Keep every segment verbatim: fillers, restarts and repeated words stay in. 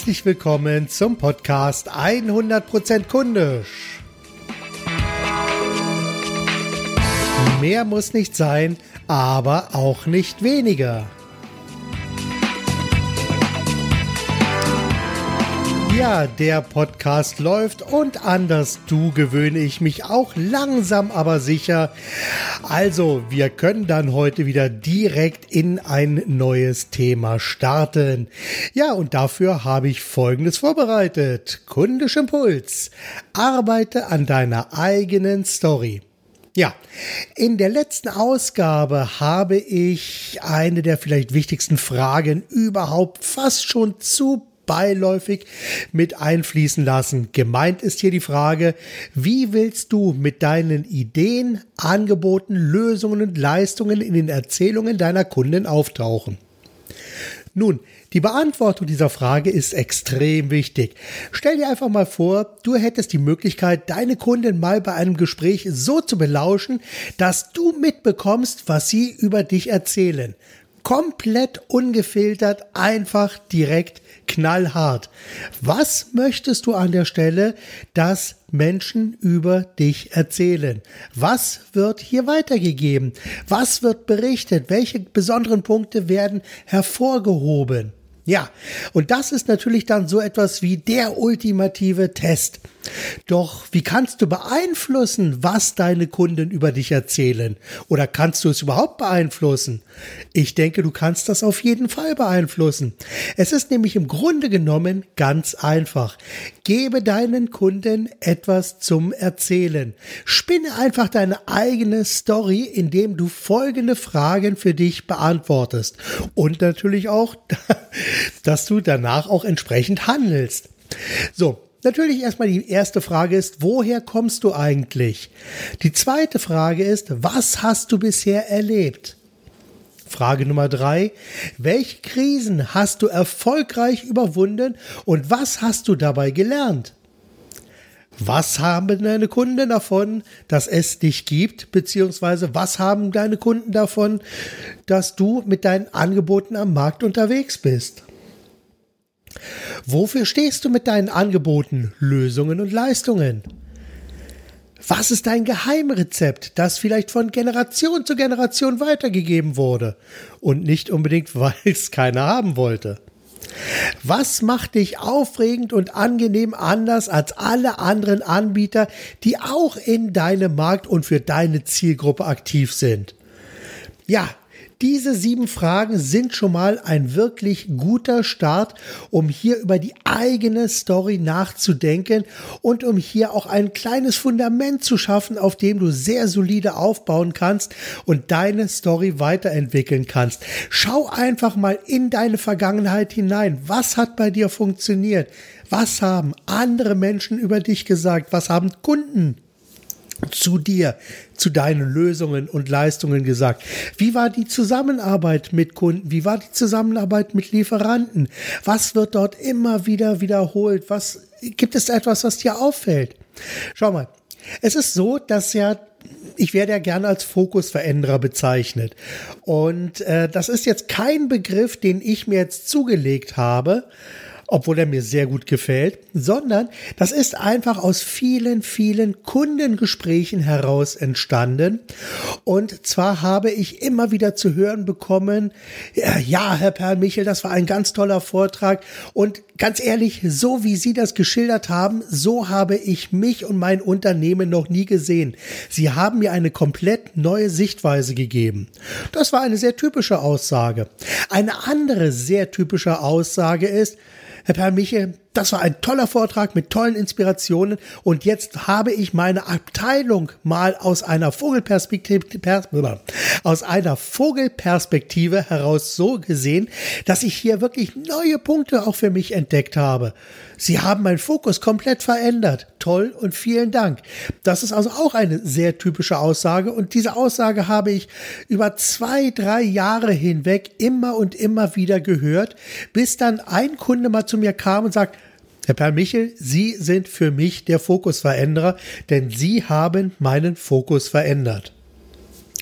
Herzlich willkommen zum Podcast hundert Prozent kundisch. Mehr muss nicht sein, aber auch nicht weniger. Ja, der Podcast läuft und an das Du gewöhne ich mich auch langsam, aber sicher. Also, wir können dann heute wieder direkt in ein neues Thema starten. Ja, und dafür habe ich Folgendes vorbereitet. Kundisch Impuls. Arbeite an deiner eigenen Story. Ja, in der letzten Ausgabe habe ich eine der vielleicht wichtigsten Fragen überhaupt fast schon zu beiläufig mit einfließen lassen. Gemeint ist hier die Frage, wie willst du mit deinen Ideen, Angeboten, Lösungen und Leistungen in den Erzählungen deiner Kunden auftauchen? Nun, die Beantwortung dieser Frage ist extrem wichtig. Stell dir einfach mal vor, du hättest die Möglichkeit, deine Kunden mal bei einem Gespräch so zu belauschen, dass du mitbekommst, was sie über dich erzählen. Komplett ungefiltert, einfach, direkt, knallhart. Was möchtest du an der Stelle, dass Menschen über dich erzählen? Was wird hier weitergegeben? Was wird berichtet? Welche besonderen Punkte werden hervorgehoben? Ja, und das ist natürlich dann so etwas wie der ultimative Test. Doch wie kannst du beeinflussen, was deine Kunden über dich erzählen? Oder kannst du es überhaupt beeinflussen? Ich denke, du kannst das auf jeden Fall beeinflussen. Es ist nämlich im Grunde genommen ganz einfach. Gebe deinen Kunden etwas zum Erzählen. Spinne einfach deine eigene Story, indem du folgende Fragen für dich beantwortest. Und natürlich auch, dass du danach auch entsprechend handelst. So. Natürlich erstmal die erste Frage ist, woher kommst du eigentlich? Die zweite Frage ist, was hast du bisher erlebt? Frage Nummer drei, welche Krisen hast du erfolgreich überwunden und was hast du dabei gelernt? Was haben deine Kunden davon, dass es dich gibt, beziehungsweise was haben deine Kunden davon, dass du mit deinen Angeboten am Markt unterwegs bist? Wofür stehst du mit deinen Angeboten, Lösungen und Leistungen? Was ist dein Geheimrezept, das vielleicht von Generation zu Generation weitergegeben wurde und nicht unbedingt, weil es keiner haben wollte? Was macht dich aufregend und angenehm anders als alle anderen Anbieter, die auch in deinem Markt und für deine Zielgruppe aktiv sind? Ja, diese sieben Fragen sind schon mal ein wirklich guter Start, um hier über die eigene Story nachzudenken und um hier auch ein kleines Fundament zu schaffen, auf dem du sehr solide aufbauen kannst und deine Story weiterentwickeln kannst. Schau einfach mal in deine Vergangenheit hinein. Was hat bei dir funktioniert? Was haben andere Menschen über dich gesagt? Was haben Kunden zu dir, zu deinen Lösungen und Leistungen gesagt? Wie war die Zusammenarbeit mit Kunden? Wie war die Zusammenarbeit mit Lieferanten? Was wird dort immer wieder wiederholt? Was gibt es etwas, was dir auffällt? Schau mal, es ist so, dass ja ich werde ja gerne als Fokusveränderer bezeichnet. Und äh, das ist jetzt kein Begriff, den ich mir jetzt zugelegt habe, obwohl er mir sehr gut gefällt, sondern das ist einfach aus vielen, vielen Kundengesprächen heraus entstanden. Und zwar habe ich immer wieder zu hören bekommen, ja, Herr Perl-Michel, das war ein ganz toller Vortrag. Und ganz ehrlich, so wie Sie das geschildert haben, so habe ich mich und mein Unternehmen noch nie gesehen. Sie haben mir eine komplett neue Sichtweise gegeben. Das war eine sehr typische Aussage. Eine andere sehr typische Aussage ist, Herr Perl-Michel, das war ein toller Vortrag mit tollen Inspirationen und jetzt habe ich meine Abteilung mal aus einer Vogelperspektive, aus einer Vogelperspektive heraus so gesehen, dass ich hier wirklich neue Punkte auch für mich entdeckt habe. Sie haben meinen Fokus komplett verändert. Toll und vielen Dank. Das ist also auch eine sehr typische Aussage und diese Aussage habe ich über zwei, drei Jahre hinweg immer und immer wieder gehört, bis dann ein Kunde mal zu mir kam und sagt, Herr Perl-Michel, Sie sind für mich der Fokusveränderer, denn Sie haben meinen Fokus verändert.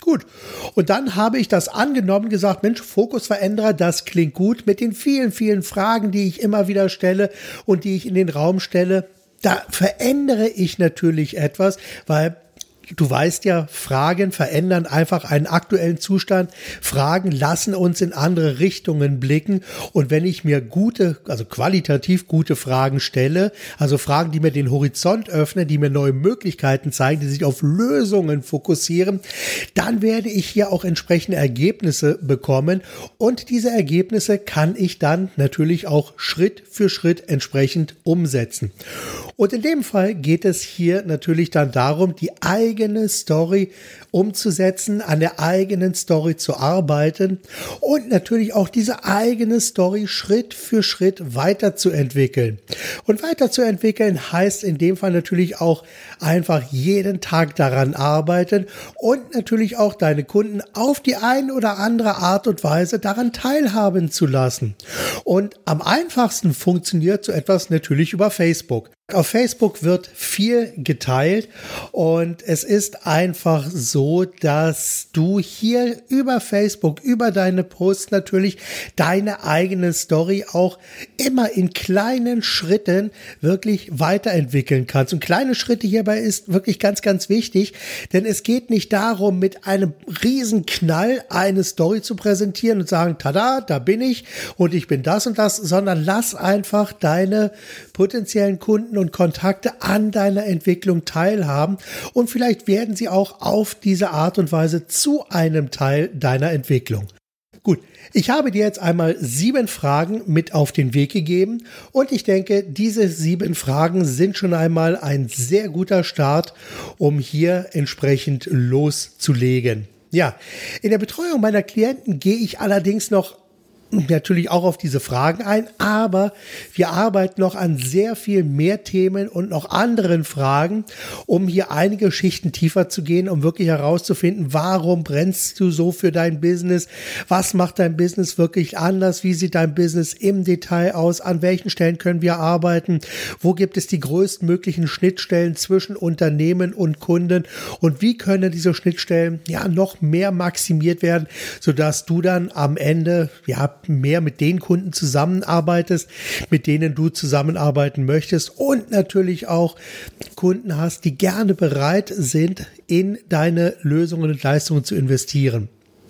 Gut, und dann habe ich das angenommen, gesagt, Mensch, Fokusveränderer, das klingt gut mit den vielen, vielen Fragen, die ich immer wieder stelle und die ich in den Raum stelle. Da verändere ich natürlich etwas, weil du weißt ja, Fragen verändern einfach einen aktuellen Zustand. Fragen lassen uns in andere Richtungen blicken. Und wenn ich mir gute, also qualitativ gute Fragen stelle, also Fragen, die mir den Horizont öffnen, die mir neue Möglichkeiten zeigen, die sich auf Lösungen fokussieren, dann werde ich hier auch entsprechende Ergebnisse bekommen. Und diese Ergebnisse kann ich dann natürlich auch Schritt für Schritt entsprechend umsetzen. Und in dem Fall geht es hier natürlich dann darum, die eigene eigene Story umzusetzen, an der eigenen Story zu arbeiten und natürlich auch diese eigene Story Schritt für Schritt weiterzuentwickeln. Und weiterzuentwickeln heißt in dem Fall natürlich auch einfach jeden Tag daran arbeiten und natürlich auch deine Kunden auf die eine oder andere Art und Weise daran teilhaben zu lassen. Und am einfachsten funktioniert so etwas natürlich über Facebook. Auf Facebook wird viel geteilt und es ist einfach so, dass du hier über Facebook, über deine Posts natürlich deine eigene Story auch immer in kleinen Schritten wirklich weiterentwickeln kannst. Und kleine Schritte hierbei ist wirklich ganz, ganz wichtig, denn es geht nicht darum, mit einem riesen Knall eine Story zu präsentieren und sagen, tada, da bin ich und ich bin das und das, sondern lass einfach deine potenziellen Kunden und Kontakte an deiner Entwicklung teilhaben und vielleicht werden sie auch auf diese Art und Weise zu einem Teil deiner Entwicklung. Gut, ich habe dir jetzt einmal sieben Fragen mit auf den Weg gegeben und ich denke, diese sieben Fragen sind schon einmal ein sehr guter Start, um hier entsprechend loszulegen. Ja, in der Betreuung meiner Klienten gehe ich allerdings noch natürlich auch auf diese Fragen ein, aber wir arbeiten noch an sehr viel mehr Themen und noch anderen Fragen, um hier einige Schichten tiefer zu gehen, um wirklich herauszufinden, warum brennst du so für dein Business, was macht dein Business wirklich anders, wie sieht dein Business im Detail aus, an welchen Stellen können wir arbeiten, wo gibt es die größtmöglichen Schnittstellen zwischen Unternehmen und Kunden und wie können diese Schnittstellen ja noch mehr maximiert werden, sodass du dann am Ende ja mehr mit den Kunden zusammenarbeitest, mit denen du zusammenarbeiten möchtest und natürlich auch Kunden hast, die gerne bereit sind, in deine Lösungen und Leistungen zu investieren.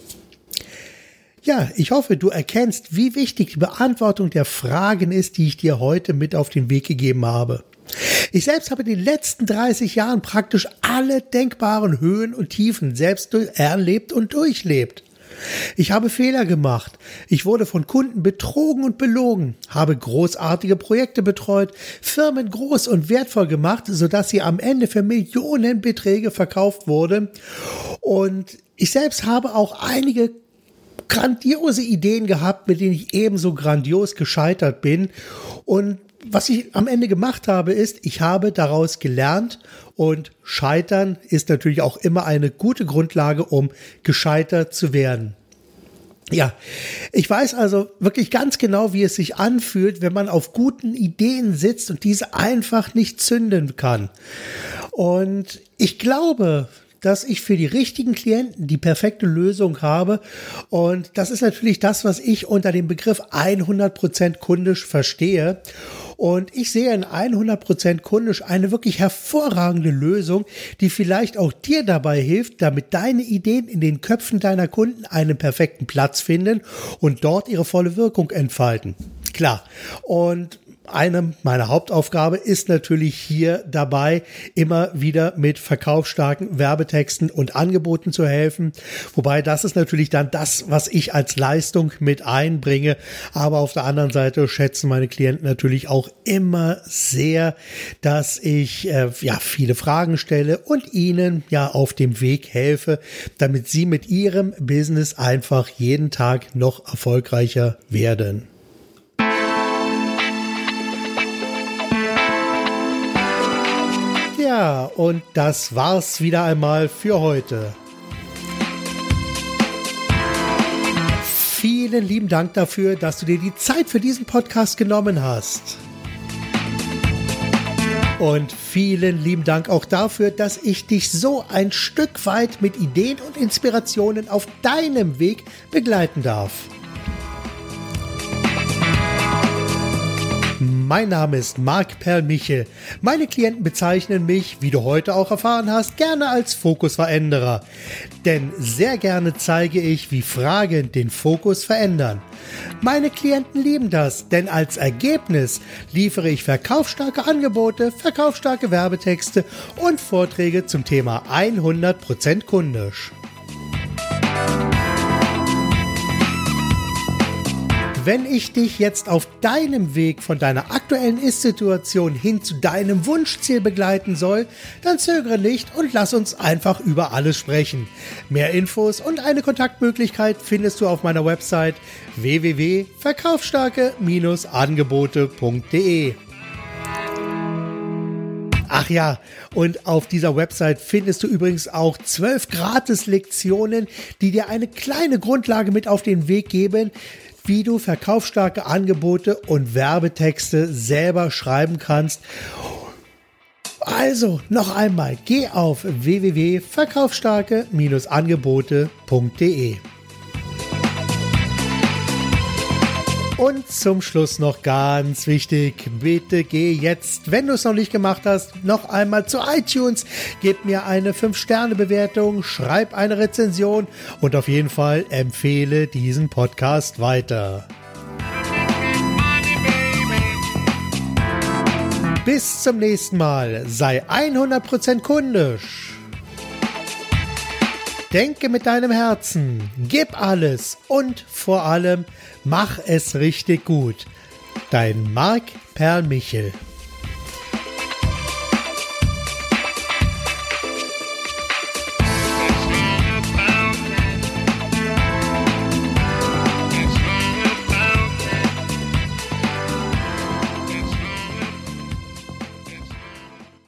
Ja, ich hoffe, du erkennst, wie wichtig die Beantwortung der Fragen ist, die ich dir heute mit auf den Weg gegeben habe. Ich selbst habe in den letzten dreißig Jahren praktisch alle denkbaren Höhen und Tiefen selbst erlebt und durchlebt. Ich habe Fehler gemacht. Ich wurde von Kunden betrogen und belogen, habe großartige Projekte betreut, Firmen groß und wertvoll gemacht, sodass sie am Ende für Millionenbeträge verkauft wurden. Und ich selbst habe auch einige grandiose Ideen gehabt, mit denen ich ebenso grandios gescheitert bin. Und was ich am Ende gemacht habe, ist, ich habe daraus gelernt und Scheitern ist natürlich auch immer eine gute Grundlage, um gescheitert zu werden. Ja, ich weiß also wirklich ganz genau, wie es sich anfühlt, wenn man auf guten Ideen sitzt und diese einfach nicht zünden kann. Und ich glaube, dass ich für die richtigen Klienten die perfekte Lösung habe. Und das ist natürlich das, was ich unter dem Begriff hundert Prozent kundisch verstehe. Und ich sehe in hundert Prozent kundisch eine wirklich hervorragende Lösung, die vielleicht auch dir dabei hilft, damit deine Ideen in den Köpfen deiner Kunden einen perfekten Platz finden und dort ihre volle Wirkung entfalten. Klar. Und eine meiner Hauptaufgabe ist natürlich hier dabei, immer wieder mit verkaufsstarken Werbetexten und Angeboten zu helfen. Wobei das ist natürlich dann das, was ich als Leistung mit einbringe. Aber auf der anderen Seite schätzen meine Klienten natürlich auch immer sehr, dass ich äh, ja viele Fragen stelle und ihnen ja auf dem Weg helfe, damit sie mit ihrem Business einfach jeden Tag noch erfolgreicher werden. Ja, und das war's wieder einmal für heute. Vielen lieben Dank dafür, dass du dir die Zeit für diesen Podcast genommen hast. Und vielen lieben Dank auch dafür, dass ich dich so ein Stück weit mit Ideen und Inspirationen auf deinem Weg begleiten darf. Mein Name ist Marc Perl-Michel. Meine Klienten bezeichnen mich, wie du heute auch erfahren hast, gerne als Fokusveränderer. Denn sehr gerne zeige ich, wie Fragen den Fokus verändern. Meine Klienten lieben das, denn als Ergebnis liefere ich verkaufsstarke Angebote, verkaufsstarke Werbetexte und Vorträge zum Thema hundert Prozent kundisch. Wenn ich dich jetzt auf deinem Weg von deiner aktuellen Ist-Situation hin zu deinem Wunschziel begleiten soll, dann zögere nicht und lass uns einfach über alles sprechen. Mehr Infos und eine Kontaktmöglichkeit findest du auf meiner Website w w w punkt verkaufsstarke Bindestrich angebote punkt de. Ach ja, und auf dieser Website findest du übrigens auch zwölf Gratis-Lektionen, die dir eine kleine Grundlage mit auf den Weg geben, wie du verkaufsstarke Angebote und Werbetexte selber schreiben kannst. Also, noch einmal, geh auf w w w punkt verkaufsstarke Bindestrich angebote punkt de. Und zum Schluss noch ganz wichtig, bitte geh jetzt, wenn du es noch nicht gemacht hast, noch einmal zu iTunes, gib mir eine fünf Sterne Bewertung, schreib eine Rezension und auf jeden Fall empfehle diesen Podcast weiter. Bis zum nächsten Mal, sei hundert Prozent kundisch. Denke mit deinem Herzen, gib alles und vor allem mach es richtig gut. Dein Marc Perl-Michel.